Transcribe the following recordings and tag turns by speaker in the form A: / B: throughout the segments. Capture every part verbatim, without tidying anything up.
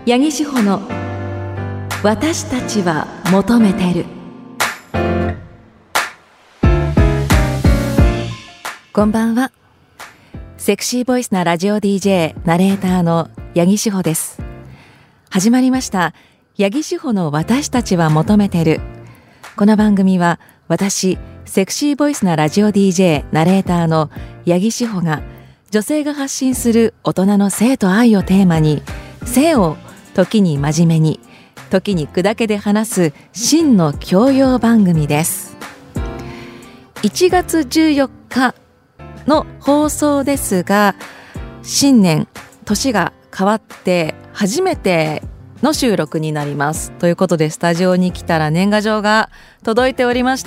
A: 八木志保の私たちは求めてる。こんばんは。セクシーボイスなラジオ ディージェー ナレーターの八木志保です。始まりました八木志保の私たちは求めてる。この番組は私セクシーボイスなラジオ ディージェー ナレーターの八木志保が女性が発信する大人の性と愛をテーマに、性を時に真面目に時に砕けで話す真の教養番組です。いちがつじゅうよっかの放送ですが、新年年が変わって初めての収録になります。ということでスタジオに来たら年賀状が届いておりました。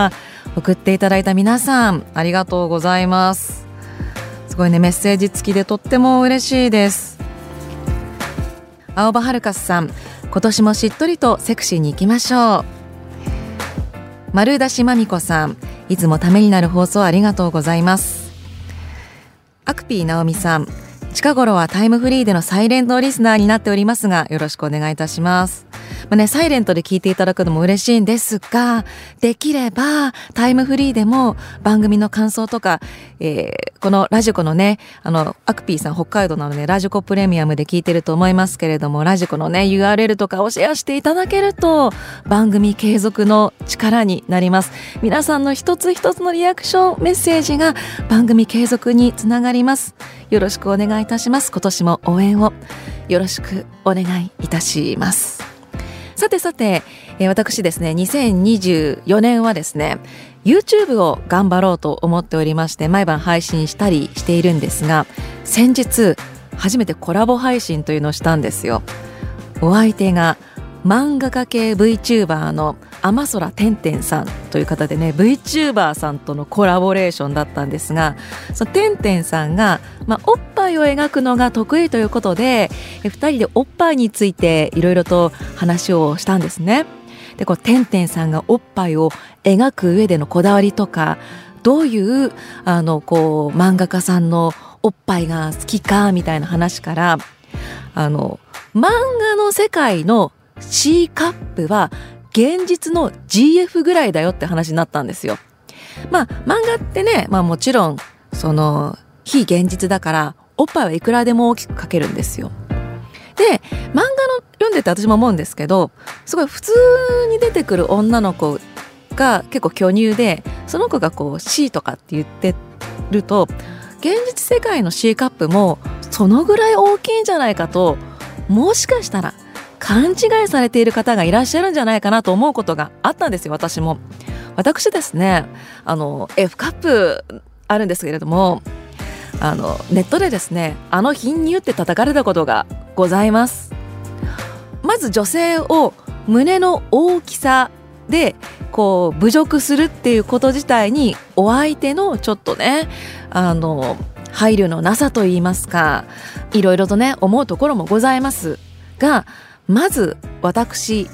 A: 送っていただいた皆さんありがとうございます。すごいね、メッセージ付きでとっても嬉しいです。青葉はるかさん、今年もしっとりとセクシーに行きましょう。丸出しまみこさん、いつもためになる放送ありがとうございます。アクピーなおみさん、近頃はタイムフリーでのサイレントリスナーになっておりますが、よろしくお願いいたします。まあね、サイレントで聞いていただくのも嬉しいんですが、できればタイムフリーでも番組の感想とか、えー、このラジコのね、あのアクピーさん北海道なのでラジコプレミアムで聞いてると思いますけれども、ラジコのね ユーアールエル とかをシェアしていただけると番組継続の力になります。皆さんの一つ一つのリアクションメッセージが番組継続につながります。よろしくお願いいたします。今年も応援をよろしくお願いいたします。さてさて、えー、私ですねにせんにじゅうよねんはですね YouTube を頑張ろうと思っておりまして、毎晩配信したりしているんですが、先日初めてコラボ配信というのをしたんですよ。お相手が漫画家系 VTuber の天空てんてんさんという方でね、 VTuber さんとのコラボレーションだったんですが、そのてんてんさんが、まあ、おっぱいを描くのが得意ということで、ふたりでおっぱいについていろいろと話をしたんですね。で、こうてんてんさんがおっぱいを描く上でのこだわりとか、どういうあのこう漫画家さんのおっぱいが好きかみたいな話から、あの漫画の世界の C カップは現実の ジーエフ ぐらいだよって話になったんですよ。まあ漫画ってね、まあもちろんその非現実だからおっぱいはいくらでも大きく描けるんですよ。で、漫画の読んでて私も思うんですけど、すごい普通に出てくる女の子が結構巨乳で、その子がこう C とかって言ってると、現実世界の C カップもそのぐらい大きいんじゃないかと、もしかしたら勘違いされている方がいらっしゃるんじゃないかなと思うことがあったんですよ。私も私ですね、あの F カップあるんですけれども、あのネットでですね、あの貧乳って叩かれたことがございます。まず女性を胸の大きさでこう侮辱するっていうこと自体に、お相手のちょっとね、あの配慮のなさと言いますか、いろいろとね思うところもございますが、まず私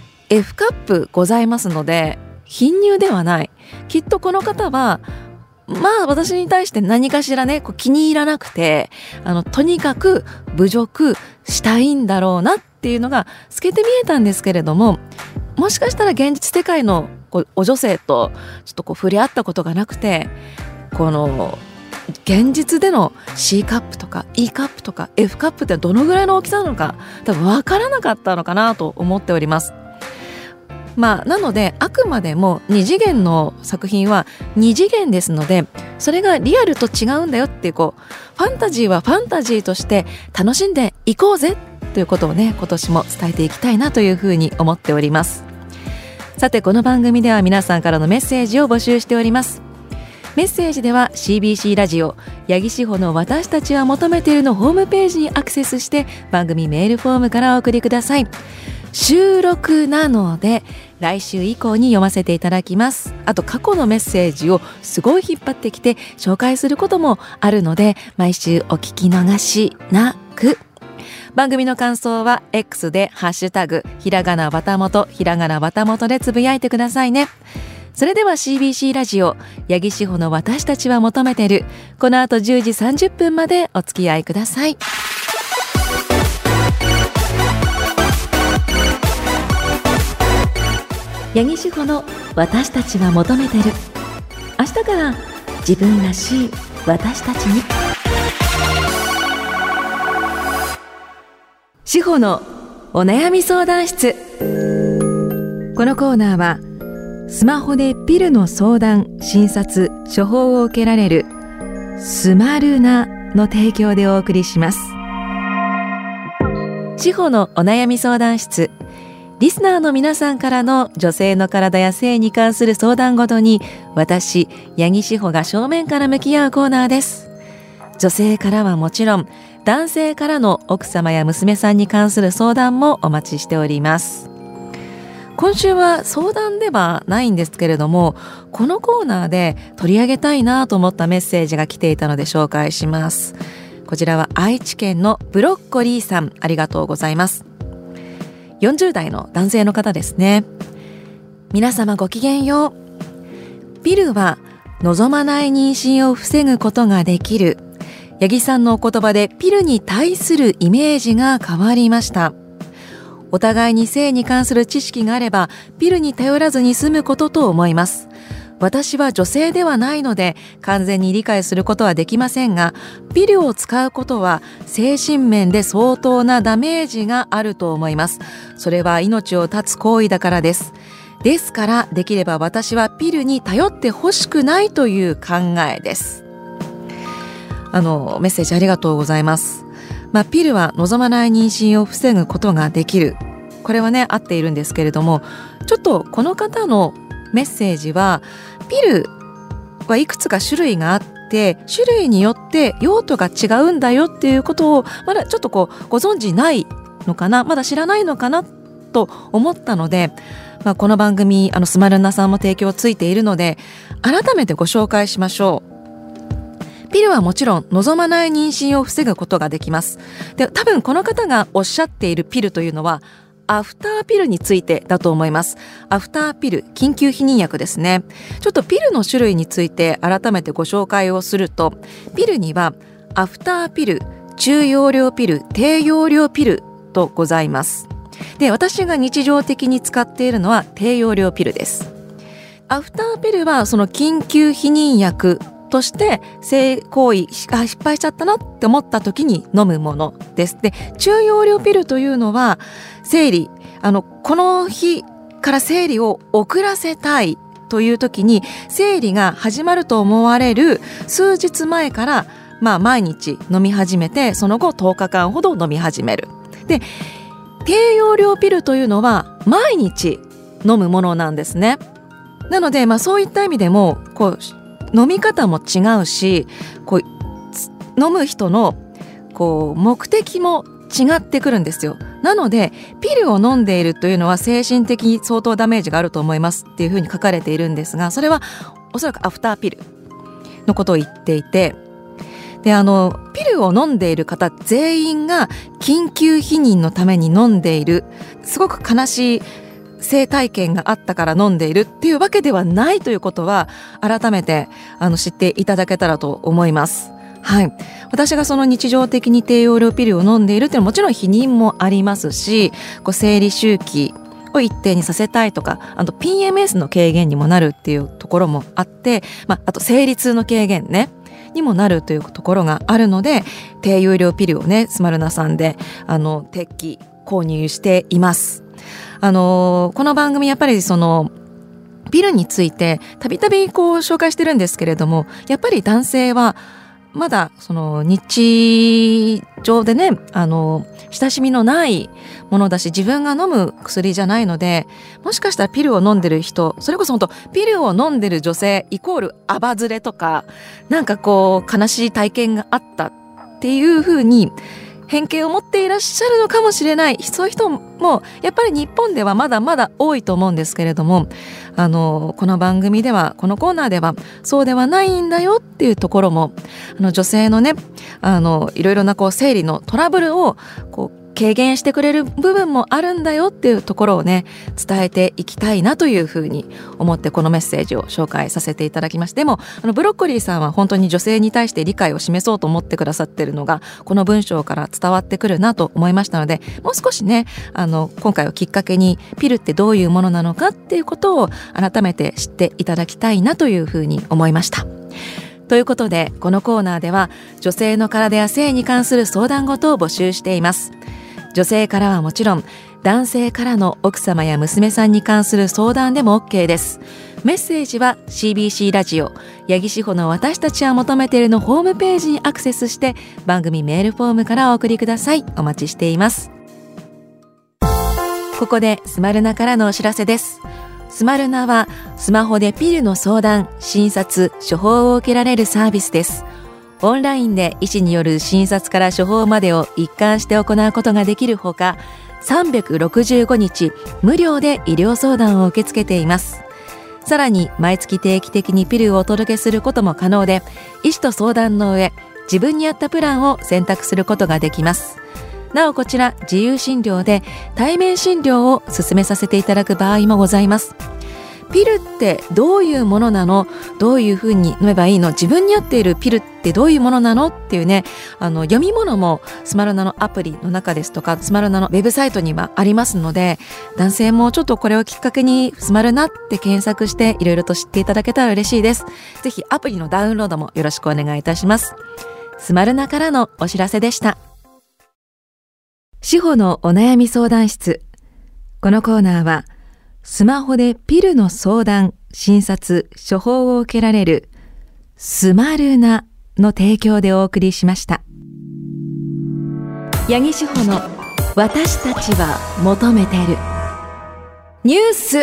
A: F カップございますので貧乳ではない。きっとこの方はまあ私に対して何かしらねこう気に入らなくて、あのとにかく侮辱したいんだろうなっていうのが透けて見えたんですけれども、もしかしたら現実世界のこうお女性とちょっとこう触れ合ったことがなくて、この現実での C カップとか E カップとか F カップってどのぐらいの大きさなのか多分分からなかったのかなと思っております。まあ、なのであくまでもに次元の作品はに次元ですので、それがリアルと違うんだよっていう、こうファンタジーはファンタジーとして楽しんでいこうぜということをね、今年も伝えていきたいなというふうに思っております。さて、この番組では皆さんからのメッセージを募集しております。メッセージでは シービーシー ラジオ八木志保の私たちは求めているのホームページにアクセスして番組メールフォームからお送りください。収録なので来週以降に読ませていただきます。あと過去のメッセージをすごい引っ張ってきて紹介することもあるので、毎週お聞き逃しなく。番組の感想は X でハッシュタグひらがなわたもとひらがなわたもとでつぶやいてくださいね。それでは シービーシー ラジオ八木志保の私たちは求めてる、この後じゅうじさんじゅっぷんまでお付き合いください。 八木志保の私たちは求めてる。明日から自分らしい私たちに。志保のお悩み相談室。このコーナーはスマホでピルの相談、診察、処方を受けられるスマルナの提供でお送りします。志保のお悩み相談室。リスナーの皆さんからの女性の体や性に関する相談ごとに、私八木志保が正面から向き合うコーナーです。女性からはもちろん、男性からの奥様や娘さんに関する相談もお待ちしております。今週は相談ではないんですけれども、このコーナーで取り上げたいなと思ったメッセージが来ていたので紹介します。こちらは愛知県のブロッコリーさん、ありがとうございます。よんじゅう代の男性の方ですね。皆様ごきげんよう。ピルは望まない妊娠を防ぐことができる。八木さんのお言葉でピルに対するイメージが変わりました。お互いに性に関する知識があればピルに頼らずに済むことと思います。私は女性ではないので完全に理解することはできませんが、ピルを使うことは精神面で相当なダメージがあると思います。それは命を絶つ行為だからです。ですからできれば私はピルに頼ってほしくないという考えです。あのメッセージありがとうございます。まあ、ピルは望まない妊娠を防ぐことができる。これはね合っているんですけれども、ちょっとこの方のメッセージはピルはいくつか種類があって種類によって用途が違うんだよっていうことをまだちょっとこうご存知ないのかな、まだ知らないのかなと思ったので、まあ、この番組あのスマルナさんも提供ついているので改めてご紹介しましょう。ピルはもちろん望まない妊娠を防ぐことができます。で、多分この方がおっしゃっているピルというのはアフターピルについてだと思います。アフターピル、緊急避妊薬ですね。ちょっとピルの種類について改めてご紹介をすると、ピルにはアフターピル、中容量ピル、低容量ピルとございます。で、私が日常的に使っているのは低容量ピルです。アフターピルはその緊急避妊薬として性行為あ失敗しちゃったなって思った時に飲むものです。で、中容量ピルというのは生理あのこの日から生理を遅らせたいという時に生理が始まると思われる数日前から、まあ、毎日飲み始めてその後とおかかんほど飲み始める。で、低容量ピルというのは毎日飲むものなんですね。なので、まあ、そういった意味でもこう飲み方も違うし、こう飲む人のこう目的も違ってくるんですよ。なのでピルを飲んでいるというのは精神的に相当ダメージがあると思いますっていうふうに書かれているんですが、それはおそらくアフターピルのことを言っていて、であのピルを飲んでいる方全員が緊急避妊のために飲んでいる、すごく悲しい性体験があったから飲んでいるっていうわけではないということは改めてあの知っていただけたらと思います。はい、私がその日常的に低容量ピルを飲んでいるっていうのはもちろん避妊もありますし、こう生理周期を一定にさせたいとか、あと ピーエムエス の軽減にもなるっていうところもあって、まあ、あと生理痛の軽減ねにもなるというところがあるので、低容量ピルをねスマルナさんであの定期購入しています。あのこの番組やっぱりそのピルについてたびたびこう紹介してるんですけれども、やっぱり男性はまだその日常でねあの親しみのないものだし、自分が飲む薬じゃないので、もしかしたらピルを飲んでる人、それこそ本当ピルを飲んでる女性イコールアバズレとか、なんかこう悲しい体験があったっていうふうに偏見を持っていらっしゃるのかもしれない。そういう人もやっぱり日本ではまだまだ多いと思うんですけれども、あのこの番組ではこのコーナーではそうではないんだよっていうところも、あの女性のねあのいろいろなこう生理のトラブルをこう軽減してくれる部分もあるんだよっていうところをね伝えていきたいなというふうに思ってこのメッセージを紹介させていただきました。でもあのブロッコリーさんは本当に女性に対して理解を示そうと思ってくださっているのがこの文章から伝わってくるなと思いましたので、もう少しねあの今回をきっかけにピルってどういうものなのかっていうことを改めて知っていただきたいなというふうに思いました。ということでこのコーナーでは女性の体や性に関する相談事を募集しています。女性からはもちろん男性からの奥様や娘さんに関する相談でも OK です。メッセージは シービーシー ラジオ八木志保の私たちは求めているのホームページにアクセスして番組メールフォームからお送りください。お待ちしています。ここでスマルナからのお知らせです。スマルナはスマホでピルの相談、診察、処方を受けられるサービスです。オンラインで医師による診察から処方までを一貫して行うことができるほか、さんびゃくろくじゅうごにち無料で医療相談を受け付けています。さらに毎月定期的にピルをお届けすることも可能で、医師と相談の上自分に合ったプランを選択することができます。なおこちら自由診療で対面診療を進めさせていただく場合もございます。ピルってどういうものなの、どういうふうに飲めばいいの、自分に合っているピルってどういうものなのっていうね、あの読み物もスマルナのアプリの中ですとかスマルナのウェブサイトにはありますので、男性もちょっとこれをきっかけにスマルナって検索していろいろと知っていただけたら嬉しいです。ぜひアプリのダウンロードもよろしくお願いいたします。スマルナからのお知らせでした。志保のお悩み相談室。このコーナーはスマホでピルの相談、診察、処方を受けられるスマルナの提供でお送りしました。八木志保の私たちは求めてるニュース。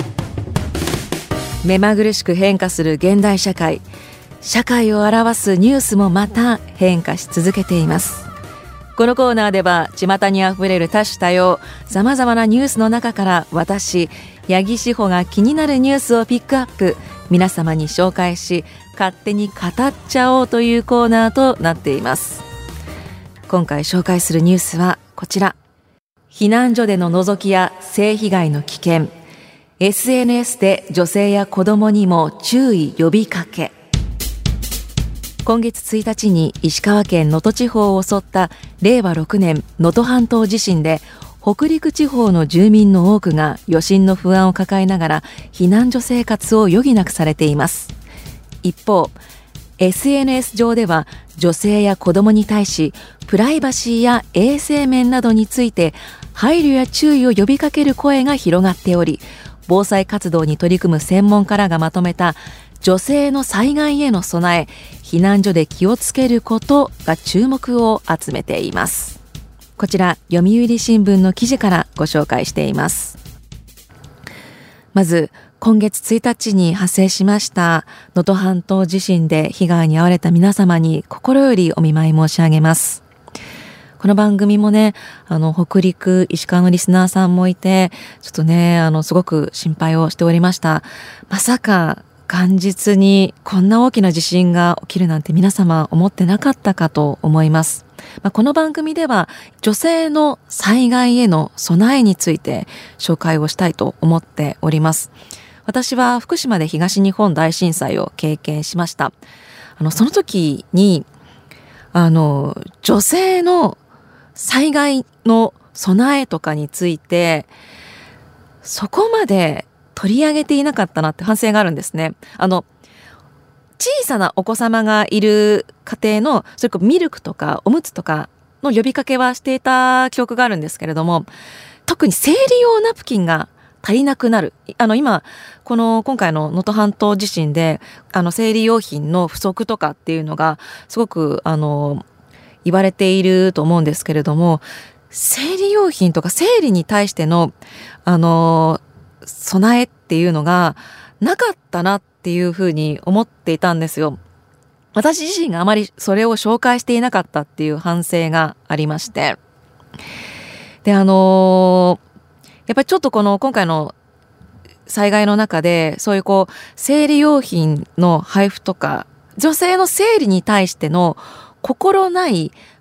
A: 目まぐるしく変化する現代社会、社会を表すニュースもまた変化し続けています。このコーナーでは巷にあふれる多種多様、さまざまなニュースの中から私、八木志保が気になるニュースをピックアップ、皆様に紹介し、勝手に語っちゃおうというコーナーとなっています。今回紹介するニュースはこちら。避難所での覗きや性被害の危険、エスエヌエス で女性や子どもにも注意呼びかけ。今月ついたちに石川県能登地方を襲ったれいわろくねん能登半島地震で、北陸地方の住民の多くが余震の不安を抱えながら避難所生活を余儀なくされています。一方、エスエヌエス 上では女性や子どもに対しプライバシーや衛生面などについて配慮や注意を呼びかける声が広がっており、防災活動に取り組む専門家らがまとめた女性の災害への備え、避難所で気をつけることが注目を集めています。こちら読売新聞の記事からご紹介しています。まず今月ついたちに発生しました能登半島地震で被害に遭われた皆様に心よりお見舞い申し上げます。この番組もね、あの北陸石川のリスナーさんもいて、ちょっとねあのすごく心配をしておりました。まさか元日にこんな大きな地震が起きるなんて皆様思ってなかったかと思います。まあ、この番組では女性の災害への備えについて紹介をしたいと思っております。私は福島で東日本大震災を経験しました。あのその時にあの女性の災害の備えとかについてそこまで取り上げていなかったなって反省があるんですね。あの小さなお子様がいる家庭のそれこそミルクとかおむつとかの呼びかけはしていた記憶があるんですけれども、特に生理用ナプキンが足りなくなる、あの今この今回の能登半島地震であの生理用品の不足とかっていうのがすごくあの言われていると思うんですけれども、生理用品とか生理に対してのあの備えっていうのがなかったなっていうふうに思っていたんですよ。私自身があまりそれを紹介していなかったっていう反省がありまして、であのやっぱりちょっとこの今回の災害の中でそういうこう生理用品の配布とか女性の生理に対しての心ない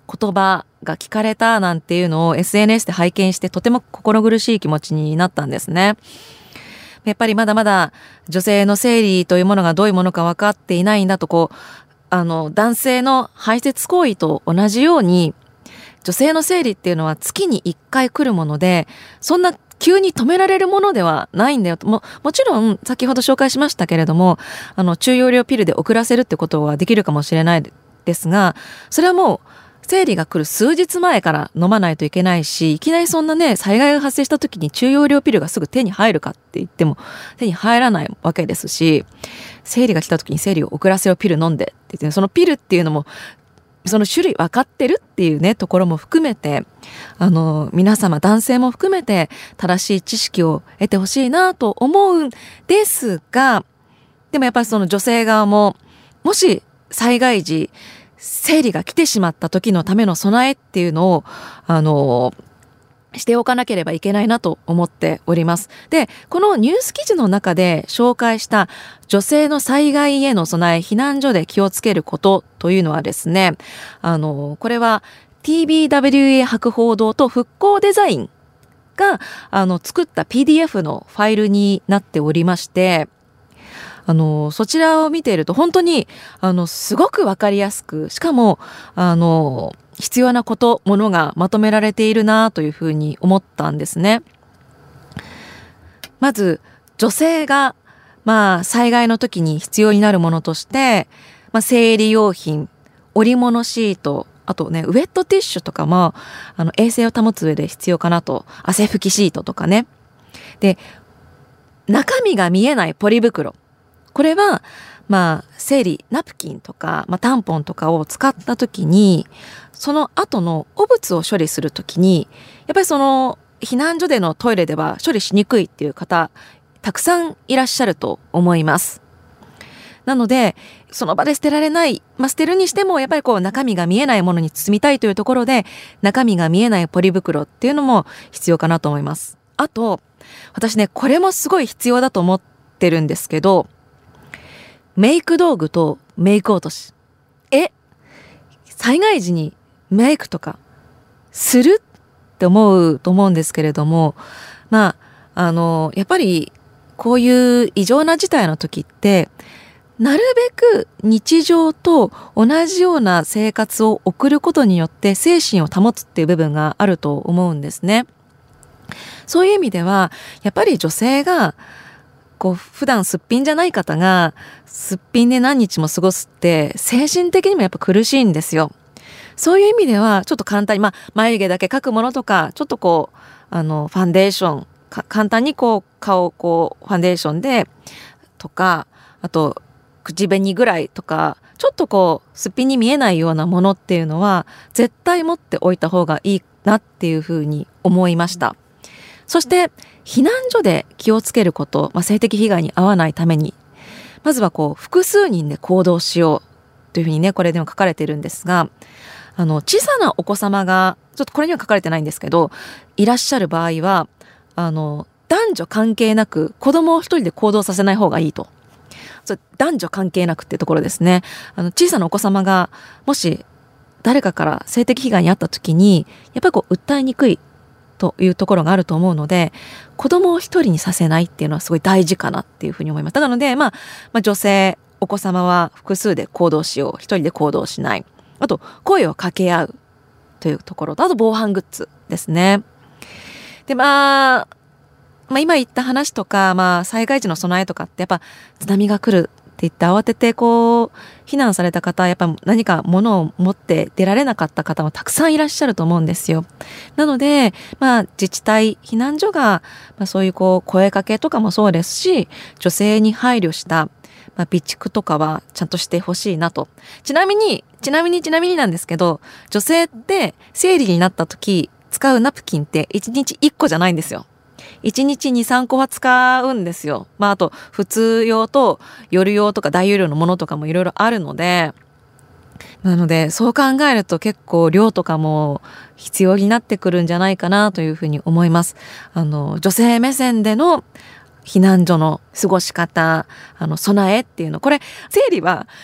A: 言葉が聞かれたなんていうのを エスエヌエス で拝見して、とても心苦しい気持ちになったんですね。やっぱりまだまだ女性の生理というものがどういうものか分かっていないんだと、こうあの男性の排泄行為と同じように、女性の生理っていうのは月にいっかい来るもので、そんな急に止められるものではないんだよと。も、もちろん先ほど紹介しましたけれども、あの中容量ピルで遅らせるってことはできるかもしれないですが、それはもう生理が来る数日前から飲まないといけないし、いきなりそんなね、災害が発生した時に中容量ピルがすぐ手に入るかって言っても手に入らないわけですし、生理が来た時に生理を遅らせるピル飲んでって言って、そのピルっていうのもその種類分かってるっていうねところも含めて、あの皆様男性も含めて正しい知識を得てほしいなと思うんですが、でもやっぱりその女性側も、もし災害時生理が来てしまった時のための備えっていうのをあのしておかなければいけないなと思っております。で、このニュース記事の中で紹介した女性の災害への備え、避難所で気をつけることというのはですね、あのこれは ティービーダブリューエー 博報堂と復興デザインがあの作った ピーディーエフ のファイルになっておりまして、あのそちらを見ていると本当にあのすごくわかりやすく、しかもあの必要なこと、ものがまとめられているなというふうに思ったんですね。まず女性がまあ災害の時に必要になるものとして、まあ、生理用品、織物シート、あとねウェットティッシュとかもあの衛生を保つ上で必要かなと、汗拭きシートとかね。で、中身が見えないポリ袋、これはまあ生理ナプキンとか、まあ、タンポンとかを使った時に、その後の汚物を処理する時にやっぱりその避難所でのトイレでは処理しにくいっていう方たくさんいらっしゃると思います。なのでその場で捨てられない、まあ、捨てるにしてもやっぱりこう中身が見えないものに包みたいというところで、中身が見えないポリ袋っていうのも必要かなと思います。あと私ね、これもすごい必要だと思ってるんですけど、メイク道具とメイク落とし。え、災害時にメイクとかするって思うと思うんですけれども、まああのやっぱりこういう異常な事態の時ってなるべく日常と同じような生活を送ることによって精神を保つっていう部分があると思うんですね。そういう意味ではやっぱり女性がこう普段すっぴんじゃない方がすっぴんで何日も過ごすって精神的にもやっぱ苦しいんですよ。そういう意味ではちょっと簡単に、まあ、眉毛だけ描くものとか、ちょっとこうあのファンデーションか簡単にこう顔をこうファンデーションでとか、あと口紅ぐらいとか、ちょっとこうすっぴんに見えないようなものっていうのは絶対持っておいた方がいいなっていうふうに思いました。そして避難所で気をつけること、まあ、性的被害に遭わないために、まずはこう複数人で行動しようというふうにね、これでも書かれているんですが、あの小さなお子様がちょっとこれには書かれてないんですけどいらっしゃる場合は、あの男女関係なく子供を一人で行動させない方がいいと。そう男女関係なくってところですね。あの小さなお子様がもし誰かから性的被害に遭った時にやっぱりこう訴えにくいというところがあると思うので、子供を一人にさせないっていうのはすごい大事かなっていうふうに思います。なので、まあ、まあ女性お子様は複数で行動しよう、一人で行動しない、あと声を掛け合うというところと、あと防犯グッズですね。で、まあ、まあ今言った話とか、まあ災害時の備えとかってやっぱ津波が来るって言って慌ててこう避難された方、やっぱ何か物を持って出られなかった方もたくさんいらっしゃると思うんですよ。なので、まあ自治体、避難所が、まあ、そういうこう声かけとかもそうですし、女性に配慮したまあ、備蓄とかはちゃんとしてほしいなと。ちなみに、ちなみにちなみになんですけど、女性って生理になった時使うナプキンっていちにちいっこじゃないんですよ。いちにちに、さんこは使うんですよ。まああと普通用と夜用とか大容量のものとかもいろいろあるので、なのでそう考えると結構量とかも必要になってくるんじゃないかなというふうに思います。あの女性目線での避難所の過ごし方、あの備えっていうの、これ生理は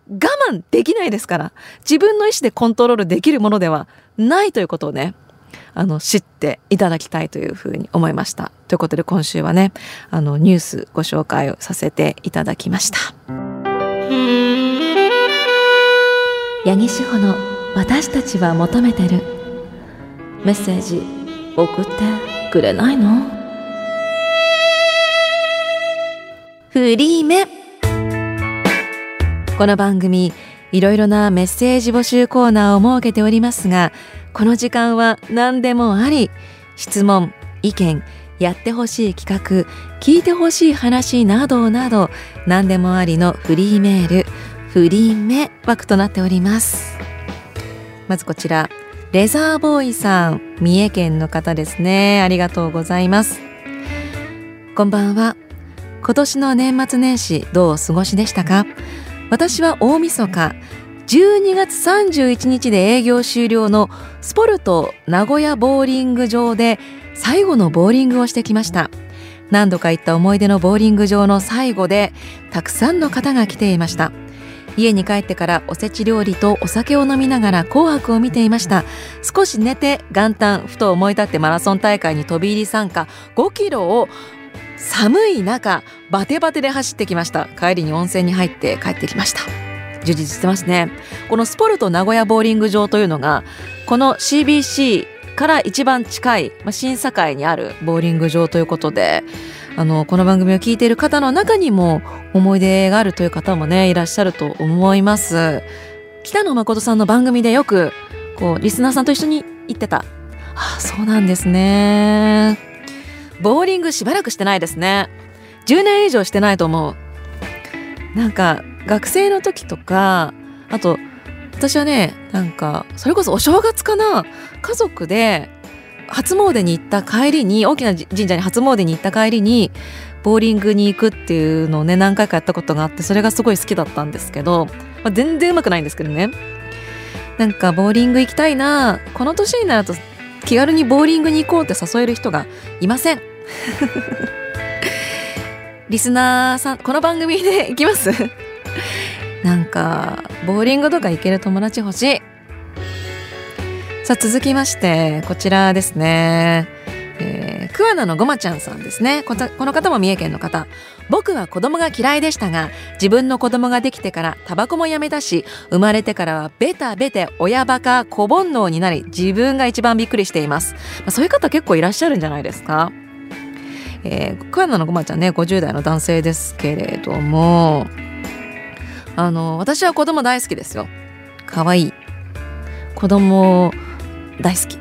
A: 慢できないですから、自分の意思でコントロールできるものではないということをね、あの知っていただきたいというふうに思いました。ということで今週はね、あのニュースご紹介をさせていただきました。八木志保の私たちは求めてる。メッセージ送ってくれないの？フリーメ。この番組、いろいろなメッセージ募集コーナーを設けておりますが、この時間は何でもあり、質問、意見、やってほしい企画、聞いてほしい話などなど、何でもありのフリーメール、フリーメ枠となっております。まずこちら、レザーボーイさん、三重県の方ですね。ありがとうございます。こんばんは。今年の年末年始どうお過ごしでしたか？私は大晦日じゅうにがつさんじゅういちにちで営業終了のスポルト名古屋ボーリング場で最後のボーリングをしてきました。何度か行った思い出のボーリング場の最後でたくさんの方が来ていました。家に帰ってからおせち料理とお酒を飲みながら紅白を見ていました。少し寝て元旦ふと思い立ってマラソン大会に飛び入り参加、ごキロを寒い中バテバテで走ってきました。帰りに温泉に入って帰ってきました。充実してますね。このスポルト名古屋ボーリング場というのがこの シービーシー から一番近い、まあ、審査会にあるボーリング場ということで、あのこの番組を聞いている方の中にも思い出があるという方もねいらっしゃると思います。北野誠さんの番組でよくこうリスナーさんと一緒に行ってた。ああ、そうなんですね。ボーリングしばらくしてないですね。じゅうねん以上してないと思う。なんか学生の時とか、あと私はね、なんかそれこそお正月かな、家族で初詣に行った帰りに、大きな神社に初詣に行った帰りにボーリングに行くっていうのをね何回かやったことがあって、それがすごい好きだったんですけど、まあ、全然うまくないんですけどね。なんかボーリング行きたいな、この年になると気軽にボーリングに行こうって誘える人がいません。リスナーさん、この番組で行きます？なんかボーリングとか行ける友達欲しい。さあ続きましてこちらですね、えー、桑名のごまちゃんさんですね。この方も三重県の方。僕は子供が嫌いでしたが、自分の子供ができてからタバコもやめたし、生まれてからはベタベタ親バカ子煩悩になり、自分が一番びっくりしています。まあ、そういう方結構いらっしゃるんじゃないですか。えー、桑名のごまちゃんね、ごじゅう代の男性ですけれども、あの私は子供大好きですよ。可愛い子供大好き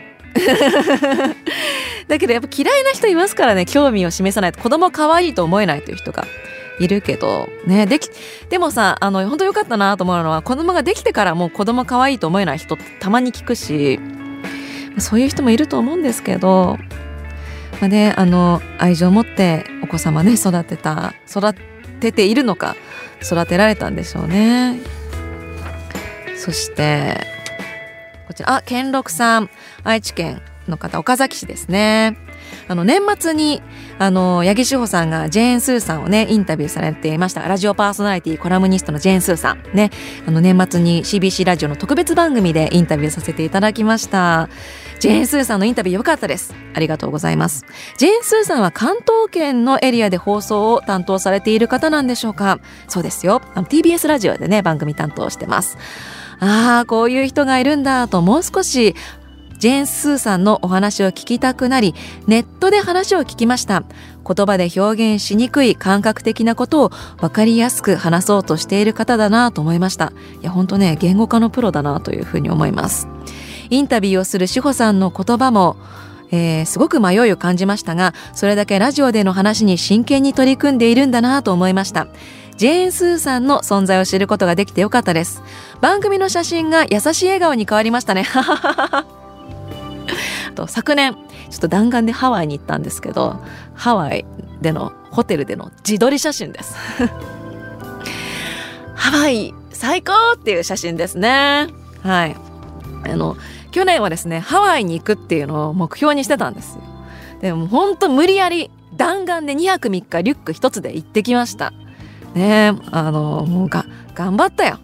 A: だけどやっぱ嫌いな人いますからね。興味を示さないと、子供可愛いと思えないという人がいるけどね。できでもさ、あの本当良かったなと思うのは、子供ができてからもう子供可愛いと思えない人ってたまに聞くし、そういう人もいると思うんですけど、まあね、あの愛情を持ってお子様ね育てた育てているのか、育てられたんでしょうね。そしてこちら、あ、健六さん、愛知県の方、岡崎市ですね。あの年末にあの八木志保さんがジェーン・スーさんをねインタビューされていました。ラジオパーソナリティコラムニストのジェーン・スーさんね、あの年末に シービーシー ラジオの特別番組でインタビューさせていただきました。ジェーン・スーさんのインタビュー良かったです。ありがとうございます。ジェーン・スーさんは関東圏のエリアで放送を担当されている方なんでしょうか。そうですよ、あの ティービーエス ラジオでね番組担当してます。ああ、こういう人がいるんだと、もう少しジェーン・スーさんのお話を聞きたくなり、ネットで話を聞きました。言葉で表現しにくい感覚的なことを分かりやすく話そうとしている方だなと思いました。いや本当ね、言語化のプロだなというふうに思います。インタビューをする志保さんの言葉も、えー、すごく迷いを感じましたが、それだけラジオでの話に真剣に取り組んでいるんだなと思いました。ジェーン・スーさんの存在を知ることができてよかったです。番組の写真が優しい笑顔に変わりましたね。と昨年ちょっと弾丸でハワイに行ったんですけど、ハワイでのホテルでの自撮り写真です。ハワイ最高っていう写真ですね。はい、あの去年はですねハワイに行くっていうのを目標にしてたんですよ。でも本当無理やり弾丸でにはくみっかリュック一つで行ってきました。 ね。あのもうが頑張ったよ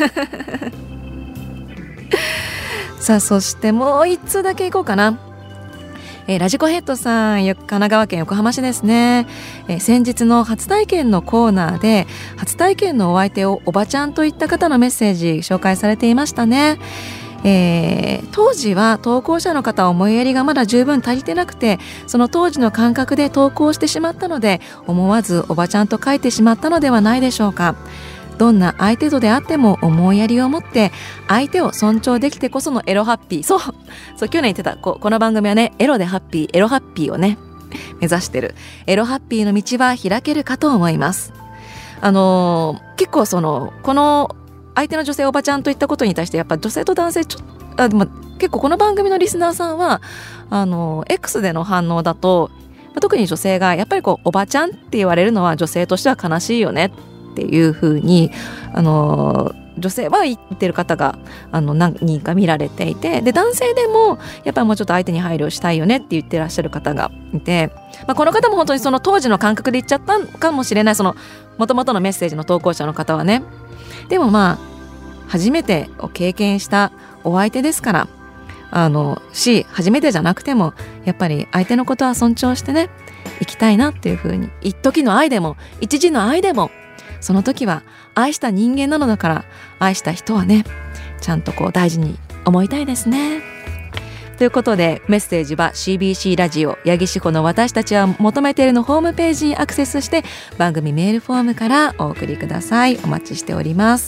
A: さあ、そしてもう一通だけいこうかな。えー、ラジコヘッドさん、神奈川県横浜市ですね。えー、先日の初体験のコーナーで初体験のお相手をおばちゃんといった方のメッセージ紹介されていましたね。えー、当時は投稿者の方は思いやりがまだ十分足りてなくて、その当時の感覚で投稿してしまったので思わずおばちゃんと書いてしまったのではないでしょうか。どんな相手とであっても思いやりを持って相手を尊重できてこそのエロハッピー。そうそう去年言ってた こ, この番組はね、エロでハッピー、エロハッピーをね目指してるエロハッピーの道は開けるかと思います。あのー、結構そのこの相手の女性おばちゃんといったことに対してやっぱ女性と男性ちょあでも結構この番組のリスナーさんはあの X での反応だと、特に女性がやっぱりこうおばちゃんって言われるのは女性としては悲しいよねっていう風にあの女性は言ってる方があの何人か見られていて、で男性でもやっぱりもうちょっと相手に配慮したいよねって言ってらっしゃる方がいて、まあ、この方も本当にその当時の感覚で言っちゃったかもしれない、その元々のメッセージの投稿者の方はね。でもまあ初めてを経験したお相手ですから、あのし初めてじゃなくてもやっぱり相手のことは尊重してね生きたいなっていう風に、一時の愛でも一時の愛でもその時は愛した人間なのだから、愛した人はねちゃんとこう大事に思いたいですね。ということでメッセージは シービーシー ラジオ八木志保の私たちは求めているのホームページにアクセスして番組メールフォームからお送りください。お待ちしております。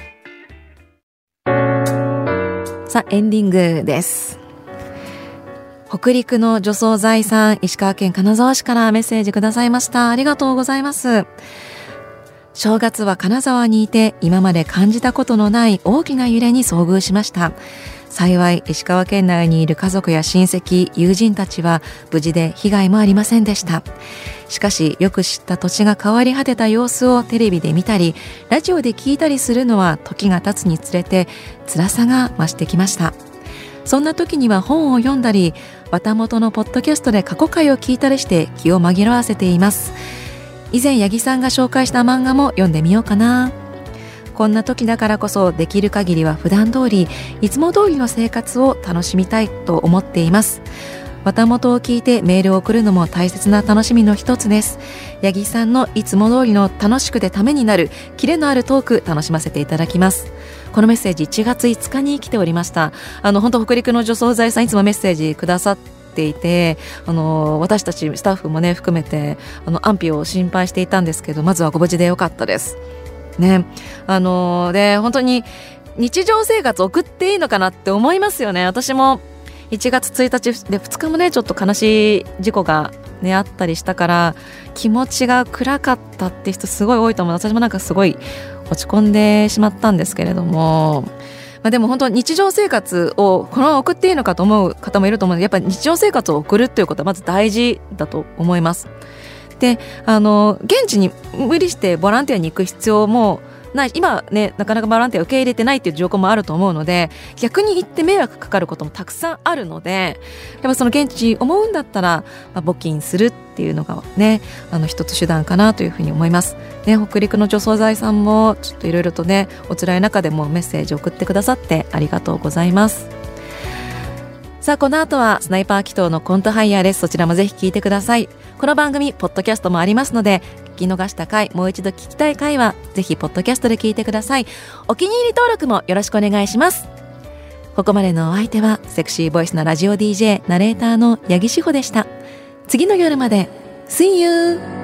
A: さあエンディングです。北陸の除草剤さん、石川県金沢市からメッセージくださいました。ありがとうございます。正月は金沢にいて今まで感じたことのない大きな揺れに遭遇しました。幸い石川県内にいる家族や親戚、友人たちは無事で被害もありませんでした。しかしよく知った土地が変わり果てた様子をテレビで見たりラジオで聞いたりするのは時が経つにつれて辛さが増してきました。そんな時には本を読んだり綿本のポッドキャストで過去回を聞いたりして気を紛らわせています。以前八木さんが紹介した漫画も読んでみようかな。こんな時だからこそできる限りは普段通りいつも通りの生活を楽しみたいと思っています。綿本を聞いてメールを送るのも大切な楽しみの一つです。八木さんのいつも通りの楽しくてためになるキレのあるトーク楽しませていただきます。このメッセージいちがついつかに来ておりました。あの本当北陸の除草剤さんいつもメッセージくださっていて、あの私たちスタッフもね含めてあの安否を心配していたんですけど、まずはご無事でよかったですね。あので本当に日常生活送っていいのかなって思いますよね。私もいちがつついたちでふつかもねちょっと悲しい事故がねあったりしたから気持ちが暗かったって人すごい多いと思う。私もなんかすごい落ち込んでしまったんですけれども、まあ、でも本当日常生活をこのまま送っていいのかと思う方もいると思うので、やっぱり日常生活を送るっていうことはまず大事だと思います。で、あの現地に無理してボランティアに行く必要もない。今ねなかなかボランティア受け入れてないっていう状況もあると思うので、逆に行って迷惑かかることもたくさんあるので、やっぱその現地思うんだったら、まあ、募金するっていうのがねあの一つ手段かなというふうに思いますね。北陸の除草剤さんもちょっといろいろとねお辛い中でもメッセージを送ってくださってありがとうございます。さあこの後はスナイパー祈祷のコントハイヤーです。そちらもぜひ聞いてください。この番組ポッドキャストもありますので、聞き逃した回もう一度聞きたい回はぜひポッドキャストで聞いてください。お気に入り登録もよろしくお願いします。ここまでのお相手はセクシーボイスなラジオ ディージェー ナレーターの八木志保でした。次の夜まで See you!